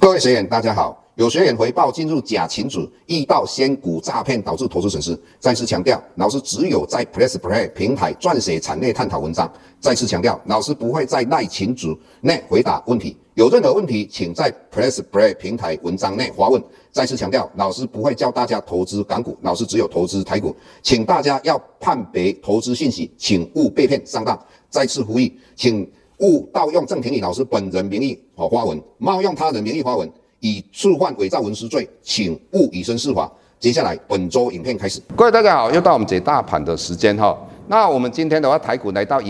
各位学员，大家好。有学员回报进入假群组，遇到仙股诈骗导致投资损失。再次强调，老师只有在 PressPlay 平台撰写产业探讨文章。再次强调，老师不会在赖群组内回答问题。有任何问题，请在 PressPlay 平台文章内发问。再次强调，老师不会教大家投资港股，老师只有投资台股，请大家要判别投资信息，请勿被骗上当。再次呼吁，请勿盗用郑庭宇老师本人名义发文，冒用他人名义发文，以触犯伪造文书罪，请勿以身试法。接下来本周影片开始。 各位大家好，又到我们解大盘的时间哈。那我们今天的话，台股来到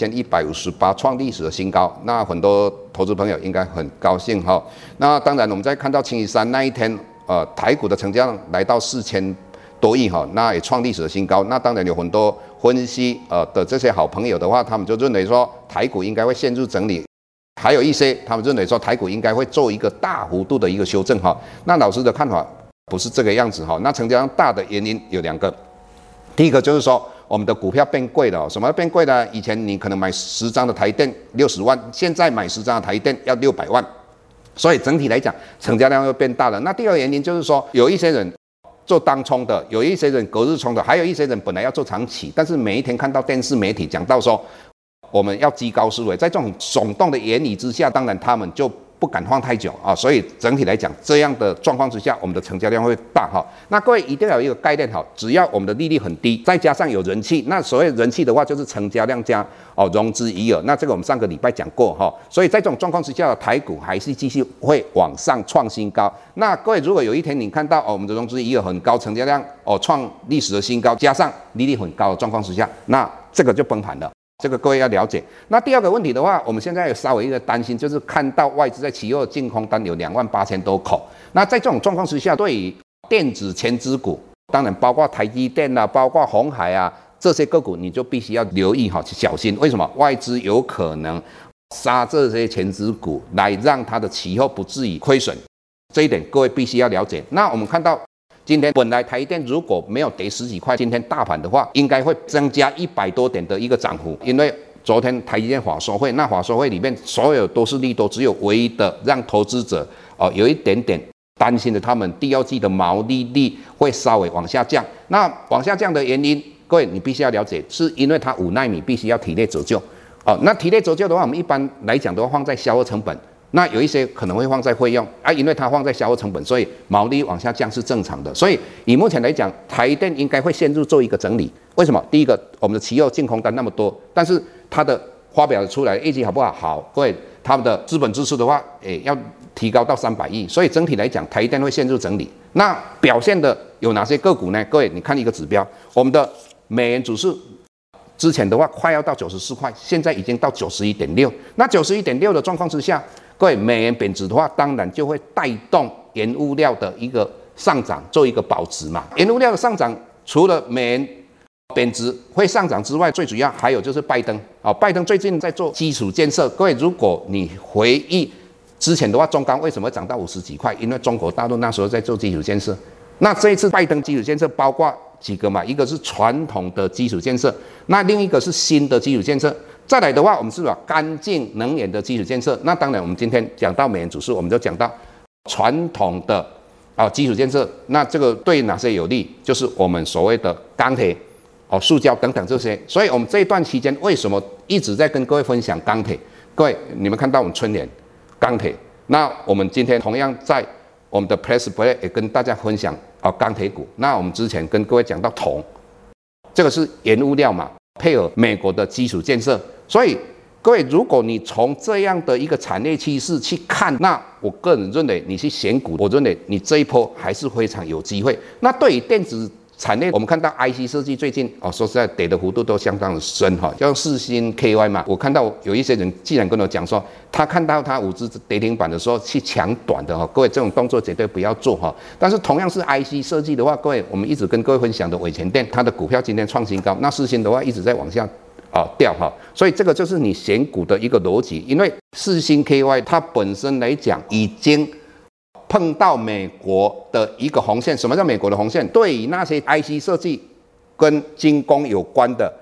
17158，创历史的新高。那很多投资朋友应该很高兴哈。那当然，我们在看到星期三那一天，台股的成交量来到4000多亿哈，那也创历史的新高。那当然有很多分析的这些好朋友的话，他们就认为说台股应该会陷入整理。还有一些他们认为说台股应该会做一个大幅度的一个修正哈，那老师的看法不是这个样子哈。那成交量大的原因有2个，第一个就是说我们的股票变贵了，什么变贵呢？以前你可能买10张的台电60万，现在买10张的台电要600万，所以整体来讲成交量又变大了。那第二个原因就是说有一些人做当冲的，有一些人隔日冲的，还有一些人本来要做长期，但是每一天看到电视媒体讲到说我们要积高思维，在这种耸动的言语之下，当然他们就不敢放太久啊，所以整体来讲，这样的状况之下，我们的成交量会大哈。那各位一定要有一个概念哈，只要我们的利率很低，再加上有人气，那所谓人气的话就是成交量加融资余额，那这个我们上个礼拜讲过哈。所以在这种状况之下，台股还是继续会往上创新高。那各位如果有一天你看到我们的融资余额很高，成交量创历史的新高，加上利率很高的状况之下，那这个就崩盘了。这个各位要了解。那第二个问题的话，我们现在有稍微一个担心，就是看到外资在期货净空单有28000多口。那在这种状况之下，对于电子全资股，当然包括台积电啊，包括鸿海啊这些个股，你就必须要留意小心。为什么？外资有可能杀这些全资股，来让它的期货不至于亏损。这一点各位必须要了解。那我们看到今天本来台电如果没有跌10几块，今天大盘的话应该会增加100多点的一个涨幅，因为昨天台积电法说会，那法说会里面所有都是利多，只有唯一的让投资者有一点点担心的，他们第二季的毛利率会稍微往下降。那往下降的原因，各位你必须要了解，是因为它5奈米必须要体内折旧。那体内折旧的话，我们一般来讲都要放在销售成本。那有一些可能会放在费用因为它放在销售成本，所以毛利往下降是正常的。所以以目前来讲，台电应该会陷入做一个整理。为什么？第一个，我们的期货净空单那么多，但是它的发表出来业绩好不好？好，各位，他们的资本支出的话，要提高到300亿，所以整体来讲，台电会陷入整理。那表现的有哪些个股呢？各位，你看一个指标，我们的美元指数之前的话快要到94块，现在已经到91.6。那91.6的状况之下，各位，美元贬值的话，当然就会带动原物料的一个上涨，做一个保值嘛。原物料的上涨，除了美元贬值会上涨之外，最主要还有就是拜登拜登最近在做基础建设。各位，如果你回忆之前的话，中钢为什么会涨到50几块？因为中国大陆那时候在做基础建设。那这一次拜登基础建设包括几个嘛？一个是传统的基础建设，那另一个是新的基础建设。再来的话，我们是把干净能源的基础建设。那当然，我们今天讲到美元指数，我们就讲到传统的基础建设。那这个对哪些有利？就是我们所谓的钢铁、塑胶等等这些。所以我们这一段期间为什么一直在跟各位分享钢铁？各位，你们看到我们春联钢铁。那我们今天同样在我们的 PressPlay 也跟大家分享钢铁股。那我们之前跟各位讲到铜，这个是原物料嘛，配合美国的基础建设。所以各位，如果你从这样的一个产业趋势去看，那我个人认为你去选股，我认为你这一波还是非常有机会。那对于电子产业，我们看到 IC 设计最近说实在跌的幅度都相当的深像世芯 KY 嘛，我看到有一些人既然跟我讲说，他看到他5只跌停板的时候去抢短的各位这种动作绝对不要做但是同样是 IC 设计的话，各位我们一直跟各位分享的伟全电，它的股票今天创新高，那世芯的话一直在往下掉所以这个就是你选股的一个逻辑。因为世芯 KY 它本身来讲已经碰到美国的一个红线。什么叫美国的红线？对于那些 IC 设计跟精工有关的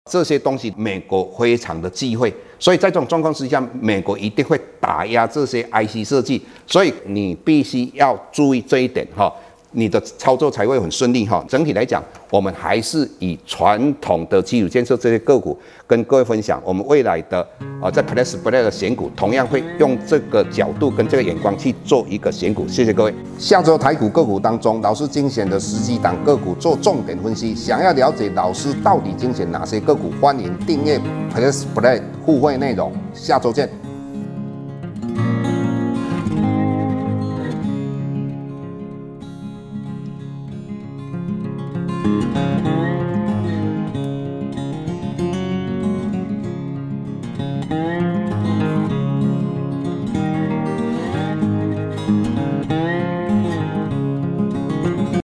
这些东西美国非常的忌讳，所以在这种状况之下，美国一定会打压这些 IC 设计，所以你必须要注意这一点哈。你的操作才会很顺利哈。整体来讲，我们还是以传统的基础建设这些个股跟各位分享，我们未来的在 Plus Play 的选股，同样会用这个角度跟这个眼光去做一个选股。谢谢各位。下周台股个股当中，老师精选的10几档个股做重点分析。想要了解老师到底精选哪些个股，欢迎订阅 Plus Play 互惠内容。下周见。